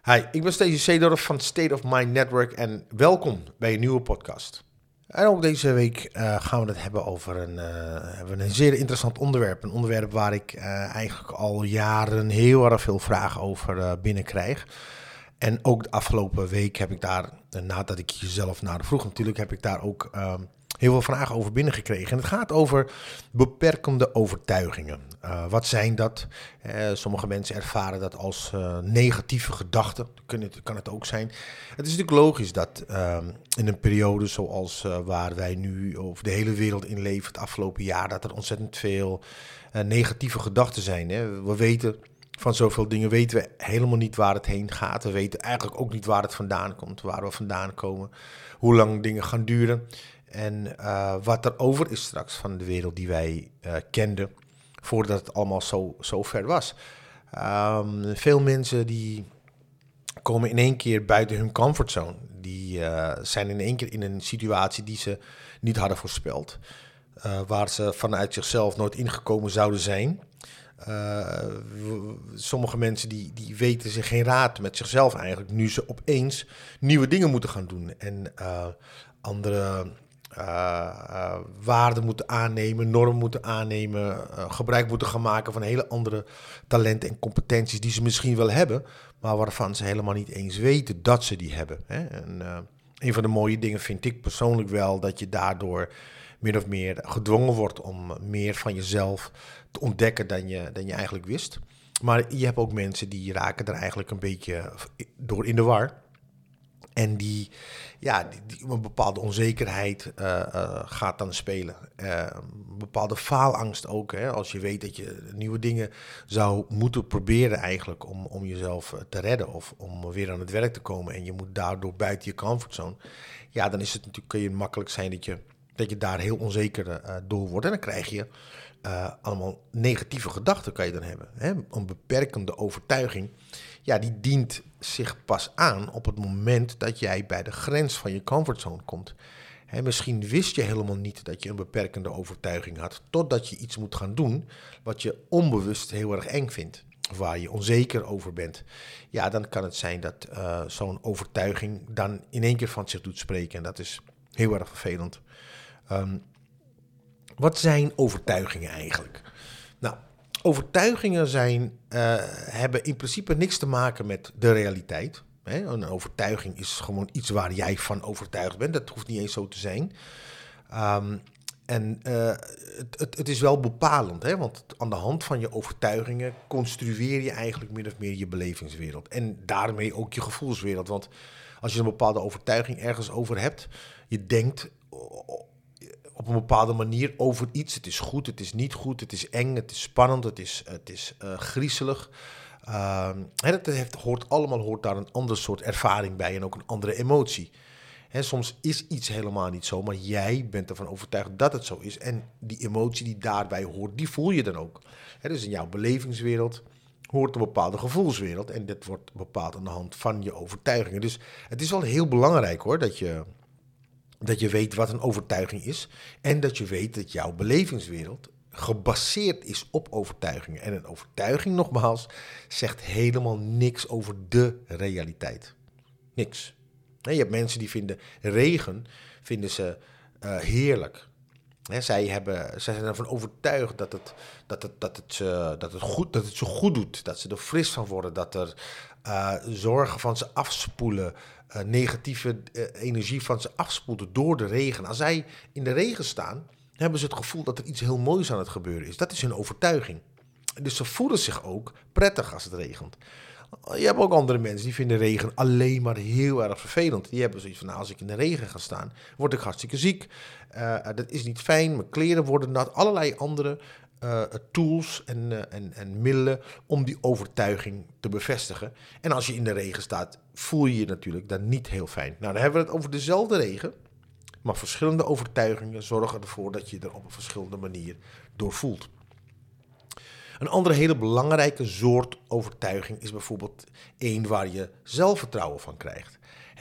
Hi, ik ben Stacey Seedorf van State of Mind Network en welkom bij een nieuwe podcast. En ook deze week gaan we het hebben over een zeer interessant onderwerp. Een onderwerp waar ik eigenlijk al jaren heel erg veel vragen over binnenkrijg. En ook de afgelopen week heb ik daar, nadat ik jezelf naar vroeg natuurlijk, heb ik daar ook heel veel vragen over binnengekregen. En het gaat over beperkende overtuigingen. Wat zijn dat? Sommige mensen ervaren dat als negatieve gedachten. Kan het ook zijn. Het is natuurlijk logisch dat in een periode zoals waar wij nu over de hele wereld in leven het afgelopen jaar, dat er ontzettend veel negatieve gedachten zijn. Hè? We weten van zoveel dingen weten we helemaal niet waar het heen gaat. We weten eigenlijk ook niet waar het vandaan komt, waar we vandaan komen, hoe lang dingen gaan duren. En wat er over is straks van de wereld die wij kenden, voordat het allemaal zo ver was. Veel mensen die komen in één keer buiten hun comfortzone. Die zijn in één keer in een situatie die ze niet hadden voorspeld. Waar ze vanuit zichzelf nooit ingekomen zouden zijn. Sommige mensen die weten zich geen raad met zichzelf eigenlijk, nu ze opeens nieuwe dingen moeten gaan doen. En andere waarden moeten aannemen, normen moeten aannemen, gebruik moeten gaan maken van hele andere talenten en competenties die ze misschien wel hebben, maar waarvan ze helemaal niet eens weten dat ze die hebben. Hè? En een van de mooie dingen vind ik persoonlijk wel dat je daardoor min of meer gedwongen wordt om meer van jezelf te ontdekken dan je eigenlijk wist. Maar je hebt ook mensen die raken er eigenlijk een beetje door in de war. En die een bepaalde onzekerheid gaat dan spelen. Een bepaalde faalangst ook. Hè? Als je weet dat je nieuwe dingen zou moeten proberen eigenlijk om jezelf te redden. Of om weer aan het werk te komen. En je moet daardoor buiten je comfortzone. Ja, dan is het natuurlijk, kun je makkelijk zijn dat je daar heel onzeker door wordt. En dan krijg je allemaal negatieve gedachten kan je dan hebben. Hè? Een beperkende overtuiging. Ja, die dient zich pas aan op het moment dat jij bij de grens van je comfortzone komt. Hè, misschien wist je helemaal niet dat je een beperkende overtuiging had, totdat je iets moet gaan doen wat je onbewust heel erg eng vindt. Of waar je onzeker over bent. Ja, dan kan het zijn dat zo'n overtuiging dan in één keer van zich doet spreken. En dat is heel erg vervelend. Wat zijn overtuigingen eigenlijk? Nou, overtuigingen hebben in principe niks te maken met de realiteit. Hè? Een overtuiging is gewoon iets waar jij van overtuigd bent. Dat hoeft niet eens zo te zijn. Het is wel bepalend, hè? Want aan de hand van je overtuigingen construeer je eigenlijk min of meer je belevingswereld. En daarmee ook je gevoelswereld. Want als je een bepaalde overtuiging ergens over hebt, je denkt op een bepaalde manier over iets. Het is goed, het is niet goed, het is eng, het is spannend, het is griezelig. Hoort daar een ander soort ervaring bij en ook een andere emotie. Soms is iets helemaal niet zo, maar jij bent ervan overtuigd dat het zo is. En die emotie die daarbij hoort, die voel je dan ook. Dus in jouw belevingswereld hoort een bepaalde gevoelswereld. En dit wordt bepaald aan de hand van je overtuigingen. Dus het is wel heel belangrijk hoor, dat je weet wat een overtuiging is. En dat je weet dat jouw belevingswereld gebaseerd is op overtuigingen. En een overtuiging, nogmaals, zegt helemaal niks over de realiteit. Niks. Je hebt mensen die vinden regen heerlijk. Zij zijn ervan overtuigd dat het ze goed doet. Dat ze er fris van worden. Dat er zorgen van ze afspoelen. Negatieve energie van ze afspoelt door de regen. Als zij in de regen staan, hebben ze het gevoel dat er iets heel moois aan het gebeuren is. Dat is hun overtuiging. Dus ze voelen zich ook prettig als het regent. Je hebt ook andere mensen die vinden regen alleen maar heel erg vervelend. Die hebben zoiets van, als ik in de regen ga staan, word ik hartstikke ziek. Dat is niet fijn, mijn kleren worden nat. Allerlei andere tools en middelen om die overtuiging te bevestigen. En als je in de regen staat, voel je je natuurlijk dan niet heel fijn. Nou, dan hebben we het over dezelfde regen. Maar verschillende overtuigingen zorgen ervoor dat je er op een verschillende manier door voelt. Een andere hele belangrijke soort overtuiging is bijvoorbeeld één waar je zelfvertrouwen van krijgt.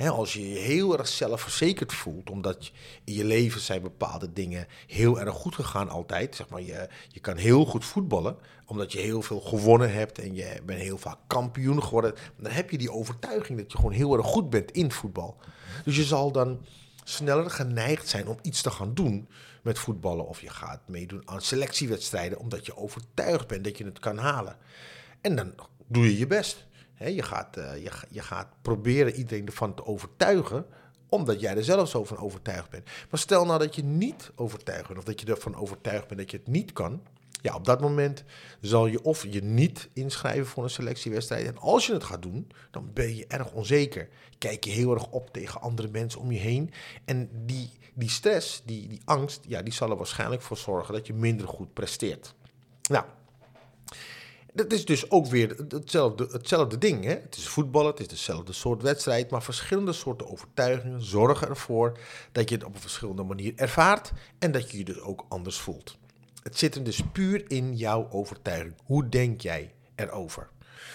Als je je heel erg zelfverzekerd voelt, omdat in je leven zijn bepaalde dingen heel erg goed gegaan altijd. Zeg maar, je kan heel goed voetballen, omdat je heel veel gewonnen hebt en je bent heel vaak kampioen geworden. Dan heb je die overtuiging dat je gewoon heel erg goed bent in voetbal. Dus je zal dan sneller geneigd zijn om iets te gaan doen met voetballen. Of je gaat meedoen aan selectiewedstrijden, omdat je overtuigd bent dat je het kan halen. En dan doe je je best. Je gaat proberen iedereen ervan te overtuigen, omdat jij er zelf zo van overtuigd bent. Maar stel nou dat je niet overtuigd bent, of dat je ervan overtuigd bent dat je het niet kan. Ja, op dat moment zal je of je niet inschrijven voor een selectiewedstrijd. En als je het gaat doen, dan ben je erg onzeker. Kijk je heel erg op tegen andere mensen om je heen. En die stress, die angst, ja, die zal er waarschijnlijk voor zorgen dat je minder goed presteert. Nou, dat is dus ook weer hetzelfde ding. Hè? Het is voetballen, het is dezelfde soort wedstrijd, maar verschillende soorten overtuigingen zorgen ervoor dat je het op een verschillende manier ervaart en dat je je dus ook anders voelt. Het zit hem dus puur in jouw overtuiging. Hoe denk jij erover?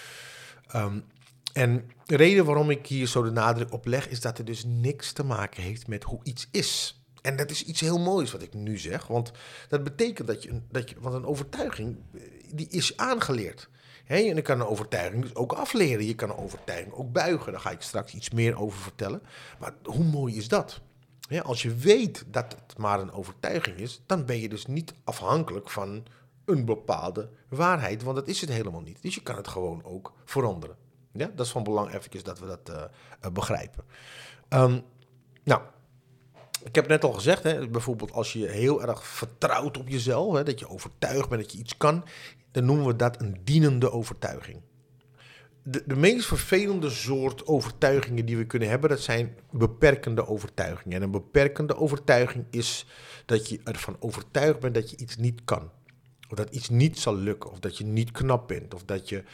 En de reden waarom ik hier zo de nadruk op leg, is dat het dus niks te maken heeft met hoe iets is. En dat is iets heel moois wat ik nu zeg, want dat betekent want een overtuiging, die is aangeleerd. En je kan een overtuiging dus ook afleren. Je kan een overtuiging ook buigen. Daar ga ik straks iets meer over vertellen. Maar hoe mooi is dat? Als je weet dat het maar een overtuiging is, dan ben je dus niet afhankelijk van een bepaalde waarheid, want dat is het helemaal niet. Dus je kan het gewoon ook veranderen. Ja, dat is van belang eventjes dat we dat begrijpen. Nou, ik heb net al gezegd, bijvoorbeeld als je heel erg vertrouwt op jezelf, dat je overtuigd bent dat je iets kan, dan noemen we dat een dienende overtuiging. De meest vervelende soort overtuigingen die we kunnen hebben, dat zijn beperkende overtuigingen. En een beperkende overtuiging is dat je ervan overtuigd bent dat je iets niet kan. Of dat iets niet zal lukken, of dat je niet knap bent, of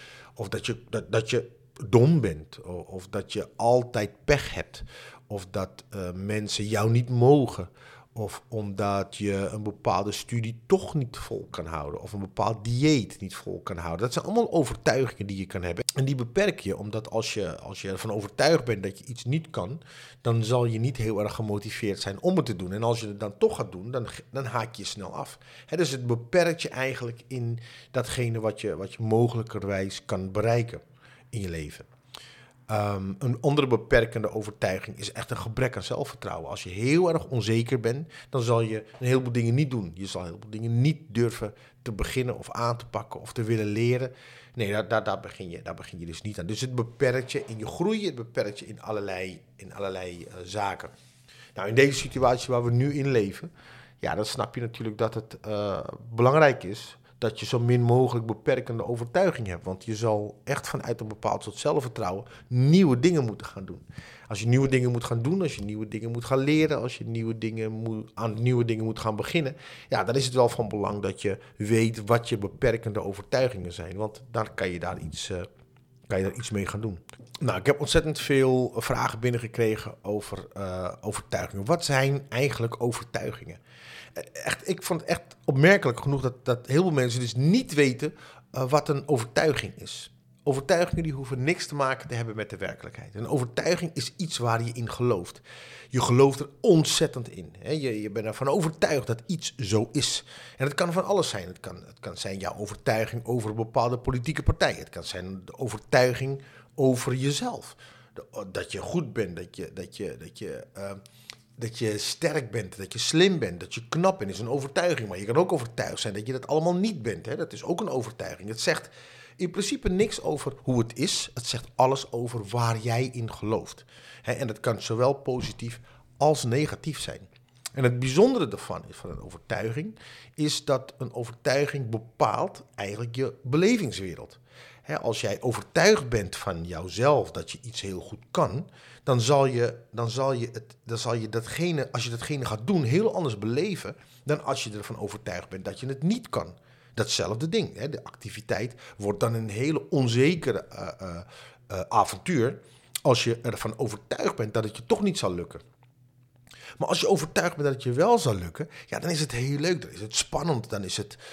dat je dom bent, of dat je altijd pech hebt, of dat mensen jou niet mogen, of omdat je een bepaalde studie toch niet vol kan houden, of een bepaald dieet niet vol kan houden. Dat zijn allemaal overtuigingen die je kan hebben. En die beperk je, omdat als je ervan overtuigd bent dat je iets niet kan, dan zal je niet heel erg gemotiveerd zijn om het te doen. En als je het dan toch gaat doen, dan haak je snel af. Dus het beperkt je eigenlijk in datgene wat je mogelijkerwijs kan bereiken in je leven. Een andere beperkende overtuiging is echt een gebrek aan zelfvertrouwen. Als je heel erg onzeker bent, dan zal je een heleboel dingen niet doen. Je zal een heleboel dingen niet durven te beginnen of aan te pakken of te willen leren. Nee, daar begin je dus niet aan. Dus het beperkt je in je groei, het beperkt je in allerlei zaken. Nou, in deze situatie waar we nu in leven, ja, dan snap je natuurlijk dat het belangrijk is dat je zo min mogelijk beperkende overtuiging hebt. Want je zal echt vanuit een bepaald soort zelfvertrouwen nieuwe dingen moeten gaan doen. Als je nieuwe dingen moet gaan doen, als je nieuwe dingen moet gaan leren, als je aan nieuwe dingen moet gaan beginnen, ja, dan is het wel van belang dat je weet wat je beperkende overtuigingen zijn. Want dan kan je daar iets mee gaan doen. Nou, ik heb ontzettend veel vragen binnengekregen over overtuigingen. Wat zijn eigenlijk overtuigingen? Ik vond het echt opmerkelijk genoeg dat heel veel mensen dus niet weten wat een overtuiging is. Overtuigingen die hoeven niks te maken te hebben met de werkelijkheid. Een overtuiging is iets waar je in gelooft. Je gelooft er ontzettend in. Je bent ervan overtuigd dat iets zo is. En het kan van alles zijn. Het kan zijn jouw overtuiging over een bepaalde politieke partij. Het kan zijn de overtuiging over jezelf. Dat je goed bent, dat je sterk bent, dat je slim bent, dat je knap bent, is een overtuiging. Maar je kan ook overtuigd zijn dat je dat allemaal niet bent. Dat is ook een overtuiging. Het zegt in principe niks over hoe het is. Het zegt alles over waar jij in gelooft. En dat kan zowel positief als negatief zijn. En het bijzondere daarvan van een overtuiging is dat een overtuiging bepaalt eigenlijk je belevingswereld. Als jij overtuigd bent van jouzelf dat je iets heel goed kan, dan zal je datgene, als je datgene gaat doen, heel anders beleven dan als je ervan overtuigd bent dat je het niet kan. Datzelfde ding. De activiteit wordt dan een hele onzekere avontuur als je ervan overtuigd bent dat het je toch niet zal lukken. Maar als je overtuigd bent dat het je wel zal lukken, ja, dan is het heel leuk, dan is het spannend, dan is het,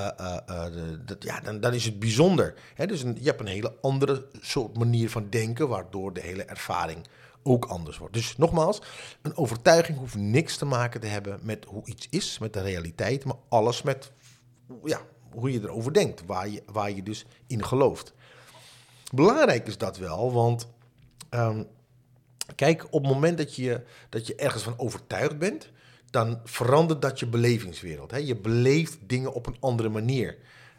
dan is het bijzonder. Hè? Dus je hebt een hele andere soort manier van denken, waardoor de hele ervaring ook anders wordt. Dus nogmaals, een overtuiging hoeft niks te maken te hebben met hoe iets is, met de realiteit, maar alles met hoe je erover denkt, waar je dus in gelooft. Belangrijk is dat wel, want kijk, op het moment dat je ergens van overtuigd bent, dan verandert dat je belevingswereld. Hè? Je beleeft dingen op een andere manier.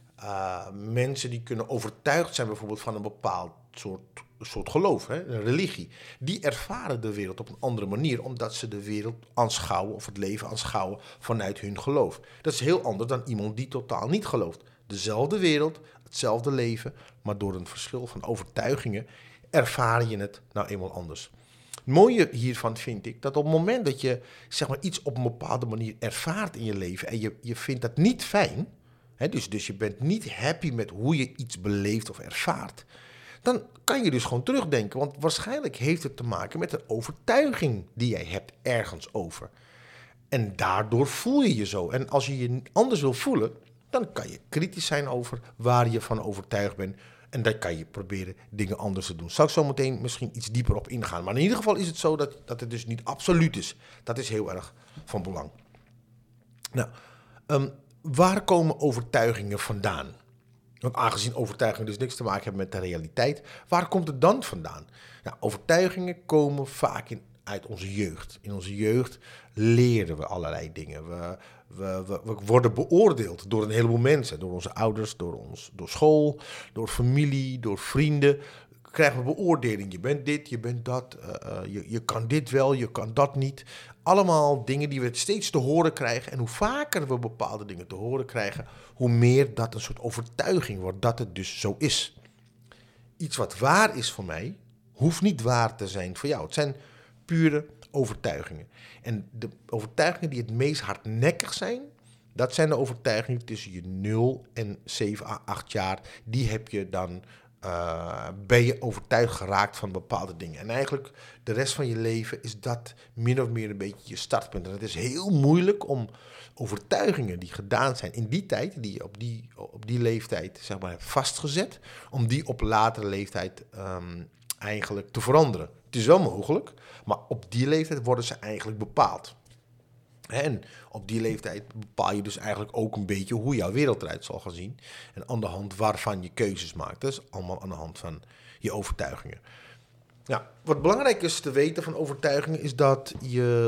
Mensen die kunnen overtuigd zijn bijvoorbeeld van een bepaald soort geloof, hè? Een religie. Die ervaren de wereld op een andere manier, omdat ze de wereld aanschouwen of het leven aanschouwen vanuit hun geloof. Dat is heel anders dan iemand die totaal niet gelooft. Dezelfde wereld, hetzelfde leven, maar door een verschil van overtuigingen ervaar je het nou eenmaal anders. Het mooie hiervan vind ik dat op het moment dat je zeg maar, iets op een bepaalde manier ervaart in je leven en je vindt dat niet fijn, hè, dus je bent niet happy met hoe je iets beleeft of ervaart, dan kan je dus gewoon terugdenken. Want waarschijnlijk heeft het te maken met een overtuiging die jij hebt ergens over. En daardoor voel je je zo. En als je je anders wil voelen, dan kan je kritisch zijn over waar je van overtuigd bent. En dan kan je proberen dingen anders te doen. Zal ik zo meteen misschien iets dieper op ingaan. Maar in ieder geval is het zo dat het dus niet absoluut is. Dat is heel erg van belang. Nou, waar komen overtuigingen vandaan? Want aangezien overtuigingen dus niks te maken hebben met de realiteit, waar komt het dan vandaan? Nou, overtuigingen komen vaak uit onze jeugd. In onze jeugd leren we allerlei dingen. We worden beoordeeld door een heleboel mensen. Door onze ouders, door school, door familie, door vrienden. Krijgen we beoordeling. Je bent dit, je bent dat. Je kan dit wel, je kan dat niet. Allemaal dingen die we steeds te horen krijgen. En hoe vaker we bepaalde dingen te horen krijgen, hoe meer dat een soort overtuiging wordt dat het dus zo is. Iets wat waar is voor mij, hoeft niet waar te zijn voor jou. Het zijn pure overtuigingen. En de overtuigingen die het meest hardnekkig zijn, dat zijn de overtuigingen tussen je 0 en 7 à 8 jaar. Die heb je dan, ben je overtuigd geraakt van bepaalde dingen. En eigenlijk de rest van je leven is dat min of meer een beetje je startpunt. En het is heel moeilijk om overtuigingen die gedaan zijn in die tijd, die je op die leeftijd zeg maar, hebt vastgezet, om die op latere leeftijd eigenlijk te veranderen. Het is wel mogelijk, maar op die leeftijd worden ze eigenlijk bepaald. En op die leeftijd bepaal je dus eigenlijk ook een beetje hoe jouw wereld eruit zal gaan zien. En aan de hand waarvan je keuzes maakt. Dat is allemaal aan de hand van je overtuigingen. Nou, wat belangrijk is te weten van overtuigingen is dat je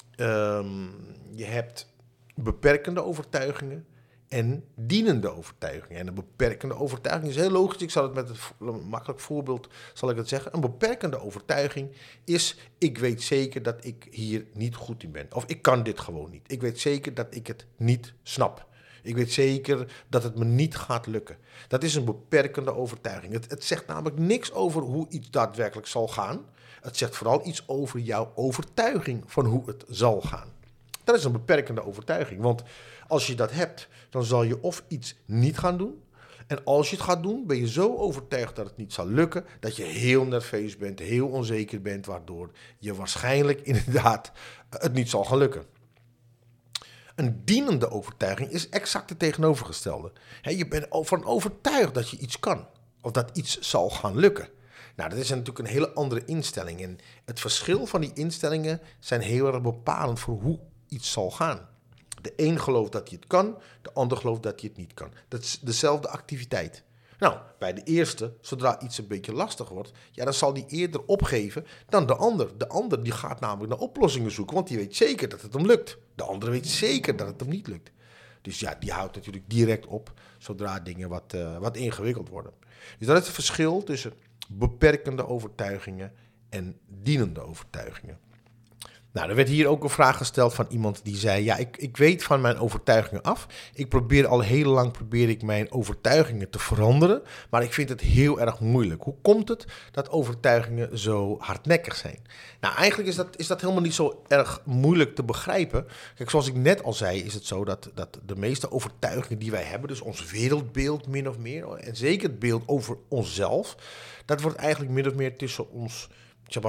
hebt beperkende overtuigingen en dienende overtuigingen. En een beperkende overtuiging is heel logisch. Ik zal het met een makkelijk voorbeeld zeggen. Een beperkende overtuiging is, ik weet zeker dat ik hier niet goed in ben. Of ik kan dit gewoon niet. Ik weet zeker dat ik het niet snap. Ik weet zeker dat het me niet gaat lukken. Dat is een beperkende overtuiging. Het zegt namelijk niks over hoe iets daadwerkelijk zal gaan. Het zegt vooral iets over jouw overtuiging van hoe het zal gaan. Dat is een beperkende overtuiging. Want als je dat hebt, dan zal je of iets niet gaan doen. En als je het gaat doen, ben je zo overtuigd dat het niet zal lukken, dat je heel nerveus bent, heel onzeker bent, waardoor je waarschijnlijk inderdaad het niet zal gaan lukken. Een dienende overtuiging is exact het tegenovergestelde. Je bent ervan overtuigd dat je iets kan, of dat iets zal gaan lukken. Nou, dat is natuurlijk een hele andere instelling. En het verschil van die instellingen zijn heel erg bepalend voor hoe iets zal gaan. De een gelooft dat hij het kan, de ander gelooft dat hij het niet kan. Dat is dezelfde activiteit. Nou, bij de eerste, zodra iets een beetje lastig wordt, ja, dan zal die eerder opgeven dan de ander. De ander die gaat namelijk naar oplossingen zoeken, want die weet zeker dat het hem lukt. De andere weet zeker dat het hem niet lukt. Dus ja, die houdt natuurlijk direct op zodra dingen wat ingewikkeld worden. Dus dat is het verschil tussen beperkende overtuigingen en dienende overtuigingen. Nou, er werd hier ook een vraag gesteld van iemand die zei, ja, ik weet van mijn overtuigingen af. Ik probeer al heel lang mijn overtuigingen te veranderen, maar ik vind het heel erg moeilijk. Hoe komt het dat overtuigingen zo hardnekkig zijn? Nou, eigenlijk is dat helemaal niet zo erg moeilijk te begrijpen. Kijk, zoals ik net al zei, is het zo dat de meeste overtuigingen die wij hebben, dus ons wereldbeeld min of meer, en zeker het beeld over onszelf, dat wordt eigenlijk min of meer tussen ons, zeg maar,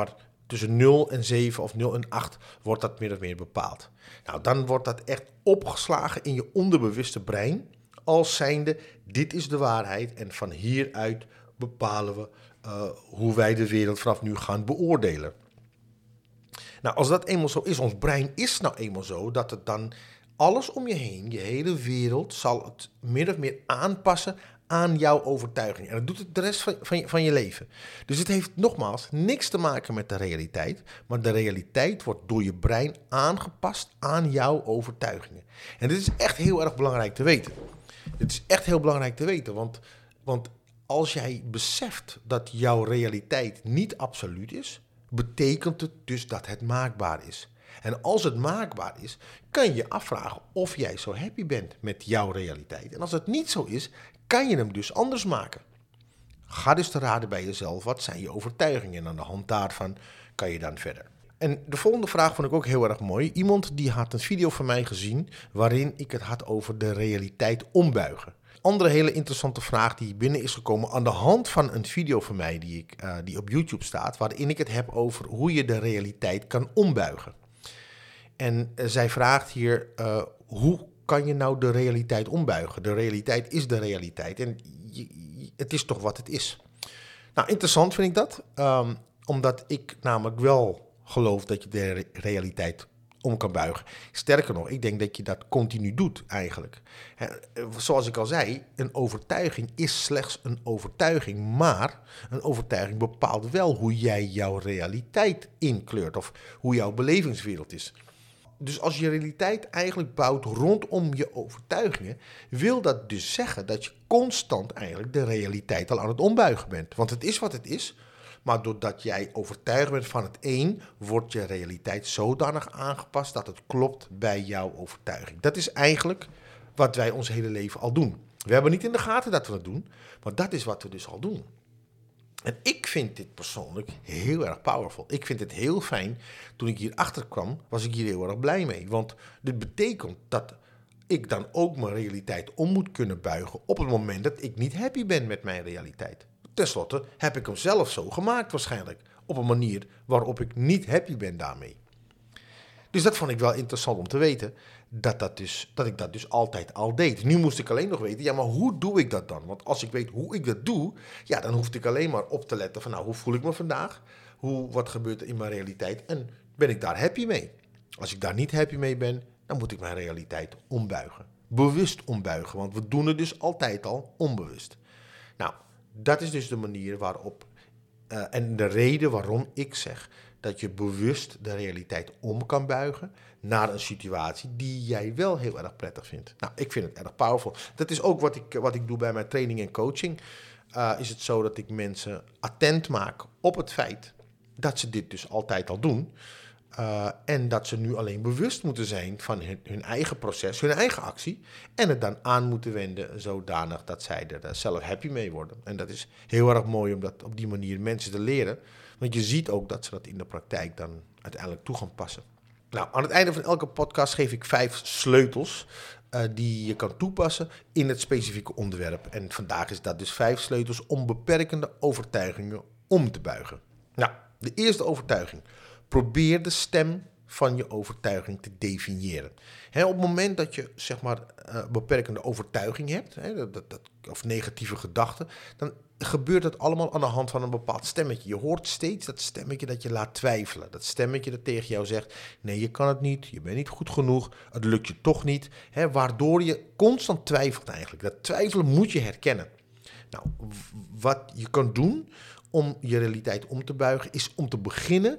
tussen 0 en 7 of 0 en 8 wordt dat min of meer bepaald. Nou, dan wordt dat echt opgeslagen in je onderbewuste brein als zijnde, dit is de waarheid en van hieruit bepalen we hoe wij de wereld vanaf nu gaan beoordelen. Nou, als dat eenmaal zo is, ons brein is nou eenmaal zo, dat het dan alles om je heen, je hele wereld, zal het min of meer aanpassen aan jouw overtuiging. En dat doet het de rest van je leven. Dus het heeft nogmaals niks te maken met de realiteit, maar de realiteit wordt door je brein aangepast aan jouw overtuigingen. En dit is echt heel erg belangrijk te weten. Dit is echt heel belangrijk te weten, want als jij beseft dat jouw realiteit niet absoluut is, betekent het dus dat het maakbaar is. En als het maakbaar is, kan je je afvragen of jij zo happy bent met jouw realiteit. En als het niet zo is, kan je hem dus anders maken. Ga dus te raden bij jezelf, wat zijn je overtuigingen? En aan de hand daarvan kan je dan verder. En de volgende vraag vond ik ook heel erg mooi. Iemand die had een video van mij gezien waarin ik het had over de realiteit ombuigen. Andere hele interessante vraag die binnen is gekomen aan de hand van een video van mij die op YouTube staat, waarin ik het heb over hoe je de realiteit kan ombuigen. En zij vraagt hier, hoe kan je nou de realiteit ombuigen? De realiteit is de realiteit en het is toch wat het is. Nou, interessant vind ik dat, omdat ik namelijk wel geloof dat je de realiteit om kan buigen. Sterker nog, ik denk dat je dat continu doet eigenlijk. Zoals ik al zei, een overtuiging is slechts een overtuiging, maar een overtuiging bepaalt wel hoe jij jouw realiteit inkleurt of hoe jouw belevingswereld is. Dus als je realiteit eigenlijk bouwt rondom je overtuigingen, wil dat dus zeggen dat je constant eigenlijk de realiteit al aan het ombuigen bent. Want het is wat het is, maar doordat jij overtuigd bent van het een, wordt je realiteit zodanig aangepast dat het klopt bij jouw overtuiging. Dat is eigenlijk wat wij ons hele leven al doen. We hebben niet in de gaten dat we het doen, maar dat is wat we dus al doen. En ik vind dit persoonlijk heel erg powerful. Ik vind het heel fijn. Toen ik hier achter kwam, was ik hier heel erg blij mee. Want dit betekent dat ik dan ook mijn realiteit om moet kunnen buigen op het moment dat ik niet happy ben met mijn realiteit. Ten slotte heb ik hem zelf zo gemaakt waarschijnlijk. Op een manier waarop ik niet happy ben daarmee. Dus dat vond ik wel interessant om te weten, dat ik dat dus altijd al deed. Nu moest ik alleen nog weten, ja, maar hoe doe ik dat dan? Want als ik weet hoe ik dat doe, ja, dan hoefde ik alleen maar op te letten van, nou, hoe voel ik me vandaag? Wat gebeurt er in mijn realiteit? En ben ik daar happy mee? Als ik daar niet happy mee ben, dan moet ik mijn realiteit ombuigen. Bewust ombuigen, want we doen het dus altijd al onbewust. Nou, dat is dus de manier waarop en de reden waarom ik zeg dat je bewust de realiteit om kan buigen naar een situatie die jij wel heel erg prettig vindt. Nou, ik vind het erg powerful. Dat is ook wat ik doe bij mijn training en coaching. Is het zo dat ik mensen attent maak op het feit dat ze dit dus altijd al doen. En dat ze nu alleen bewust moeten zijn van hun eigen proces, hun eigen actie. En het dan aan moeten wenden zodanig dat zij er zelf happy mee worden. En dat is heel erg mooi om dat op die manier mensen te leren. Want je ziet ook dat ze dat in de praktijk dan uiteindelijk toe gaan passen. Nou, aan het einde van elke podcast geef ik 5 sleutels die je kan toepassen in het specifieke onderwerp. En vandaag is dat dus 5 sleutels om beperkende overtuigingen om te buigen. Nou, de eerste overtuiging. Probeer de stem van je overtuiging te definiëren. Op het moment dat je zeg maar beperkende overtuiging hebt, of negatieve gedachten, dan gebeurt het allemaal aan de hand van een bepaald stemmetje. Je hoort steeds dat stemmetje dat je laat twijfelen. Dat stemmetje dat tegen jou zegt, nee, je kan het niet, je bent niet goed genoeg, het lukt je toch niet. Waardoor je constant twijfelt eigenlijk. Dat twijfelen moet je herkennen. Nou, wat je kan doen om je realiteit om te buigen, is om te beginnen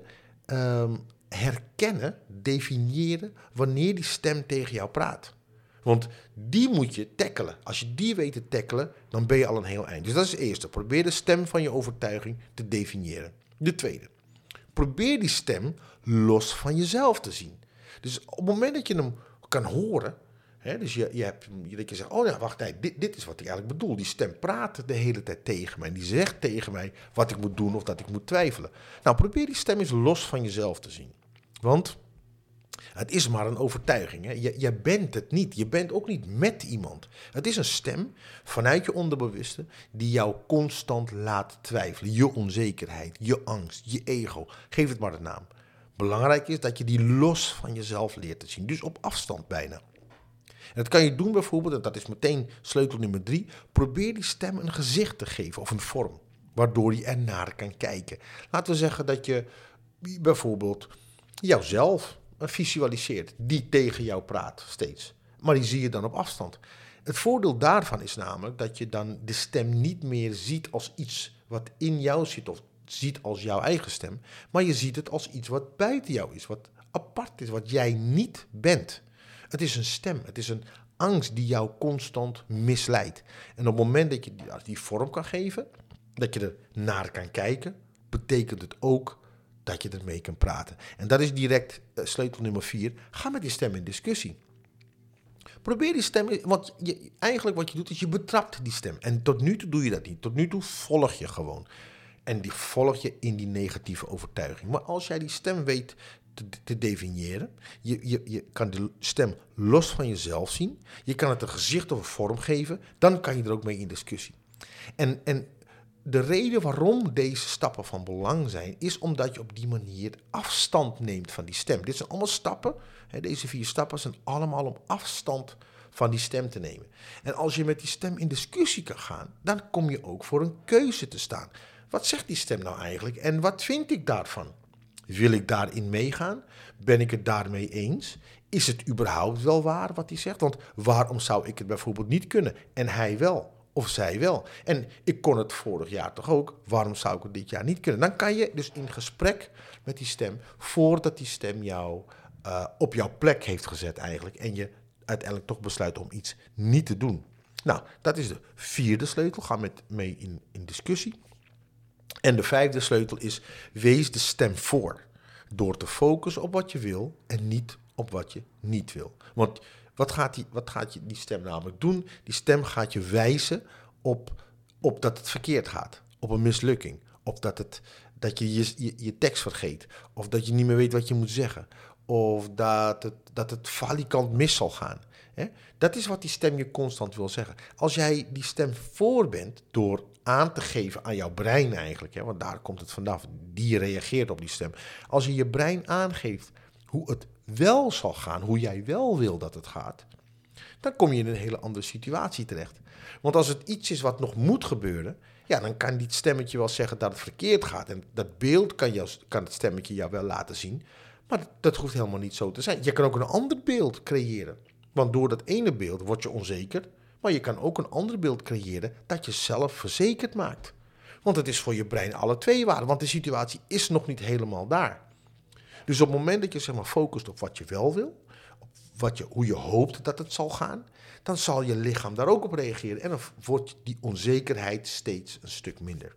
herkennen, definiëren wanneer die stem tegen jou praat. Want die moet je tackelen. Als je die weet te tackelen, dan ben je al een heel eind. Dus dat is het eerste. Probeer de stem van je overtuiging te definiëren. De tweede. Probeer die stem los van jezelf te zien. Dus op het moment dat je hem kan horen, dus dat je zegt, oh ja, wacht, nee, dit is wat ik eigenlijk bedoel. Die stem praat de hele tijd tegen mij. En die zegt tegen mij wat ik moet doen of dat ik moet twijfelen. Nou, probeer die stem eens los van jezelf te zien. Want Het is maar een overtuiging. Hè? Je bent het niet. Je bent ook niet met iemand. Het is een stem vanuit je onderbewuste die jou constant laat twijfelen. Je onzekerheid, je angst, je ego. Geef het maar een naam. Belangrijk is dat je die los van jezelf leert te zien. Dus op afstand bijna. En dat kan je doen bijvoorbeeld, en dat is meteen sleutel nummer 3. Probeer die stem een gezicht te geven of een vorm. Waardoor je ernaar kan kijken. Laten we zeggen dat je bijvoorbeeld jouzelf visualiseert. Die tegen jou praat steeds. Maar die zie je dan op afstand. Het voordeel daarvan is namelijk dat je dan de stem niet meer ziet als iets wat in jou zit. Of ziet als jouw eigen stem. Maar je ziet het als iets wat buiten jou is. Wat apart is. Wat jij niet bent. Het is een stem. Het is een angst die jou constant misleidt. En op het moment dat je die vorm kan geven. Dat je er naar kan kijken. Betekent het ook dat je ermee kan praten. En dat is direct sleutel nummer 4. Ga met die stem in discussie. Probeer die stem, want eigenlijk wat je doet is je betrapt die stem. En tot nu toe doe je dat niet. Tot nu toe volg je gewoon. En die volg je in die negatieve overtuiging. Maar als jij die stem weet te definiëren, je kan de stem los van jezelf zien. Je kan het een gezicht of een vorm geven. Dan kan je er ook mee in discussie. En de reden waarom deze stappen van belang zijn, is omdat je op die manier afstand neemt van die stem. Dit zijn allemaal stappen. Deze 4 stappen zijn allemaal om afstand van die stem te nemen. En als je met die stem in discussie kan gaan, dan kom je ook voor een keuze te staan. Wat zegt die stem nou eigenlijk en wat vind ik daarvan? Wil ik daarin meegaan? Ben ik het daarmee eens? Is het überhaupt wel waar wat hij zegt? Want waarom zou ik het bijvoorbeeld niet kunnen en hij wel? Of zij wel. En ik kon het vorig jaar toch ook. Waarom zou ik het dit jaar niet kunnen? Dan kan je dus in gesprek met die stem, voordat die stem jou op jouw plek heeft gezet eigenlijk. En je uiteindelijk toch besluit om iets niet te doen. Nou, dat is de 4e sleutel. Ga mee in discussie. En de 5e sleutel is, wees de stem voor. Door te focussen op wat je wil en niet op wat je niet wil. Want wat gaat die stem namelijk doen? Die stem gaat je wijzen op dat het verkeerd gaat. Op een mislukking. Op dat je je tekst vergeet. Of dat je niet meer weet wat je moet zeggen. Of dat het falikant mis zal gaan. Dat is wat die stem je constant wil zeggen. Als jij die stem voor bent door aan te geven aan jouw brein eigenlijk. Want daar komt het vanaf. Die reageert op die stem. Als je je brein aangeeft hoe het wel zal gaan, hoe jij wel wil dat het gaat, dan kom je in een hele andere situatie terecht. Want als het iets is wat nog moet gebeuren, ja, dan kan dit stemmetje wel zeggen dat het verkeerd gaat. En dat beeld kan het stemmetje jou wel laten zien, maar dat hoeft helemaal niet zo te zijn. Je kan ook een ander beeld creëren. Want door dat ene beeld word je onzeker, maar je kan ook een ander beeld creëren dat je zelf verzekerd maakt. Want het is voor je brein alle twee waar, want de situatie is nog niet helemaal daar. Dus op het moment dat je focust op wat je wel wil, op hoe je hoopt dat het zal gaan, dan zal je lichaam daar ook op reageren. En dan wordt die onzekerheid steeds een stuk minder.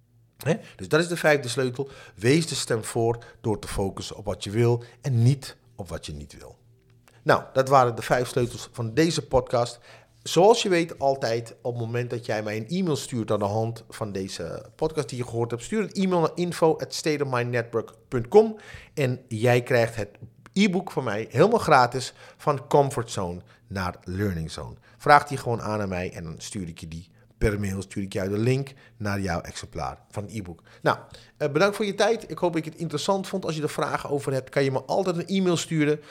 Dus dat is de 5e sleutel. Wees de stem voor door te focussen op wat je wil en niet op wat je niet wil. Nou, dat waren de 5 sleutels van deze podcast. Zoals je weet altijd, op het moment dat jij mij een e-mail stuurt aan de hand van deze podcast die je gehoord hebt, stuur een e-mail naar info@stateofmindnetwork.com en jij krijgt het e-book van mij helemaal gratis van Comfort Zone naar Learning Zone. Vraag die gewoon aan mij en dan stuur ik je die per mail, stuur ik jou de link naar jouw exemplaar van het e-book. Nou, bedankt voor je tijd. Ik hoop dat je het interessant vond. Als je er vragen over hebt, kan je me altijd een e-mail sturen.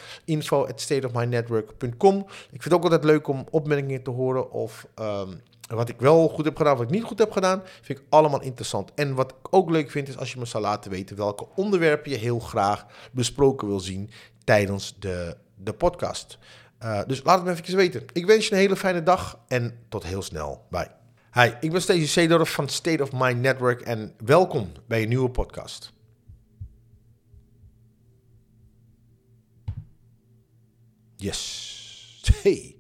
info@stateofmindnetwork.com. Ik vind het ook altijd leuk om opmerkingen te horen of wat ik wel goed heb gedaan, wat ik niet goed heb gedaan. Vind ik allemaal interessant. En wat ik ook leuk vind, is als je me zou laten weten welke onderwerpen je heel graag besproken wil zien tijdens de podcast. Dus laat het me even weten. Ik wens je een hele fijne dag en tot heel snel. Bye. Hi, ik ben Stacey Seedorf van State of Mind Network en welkom bij een nieuwe podcast. Yes. Hey.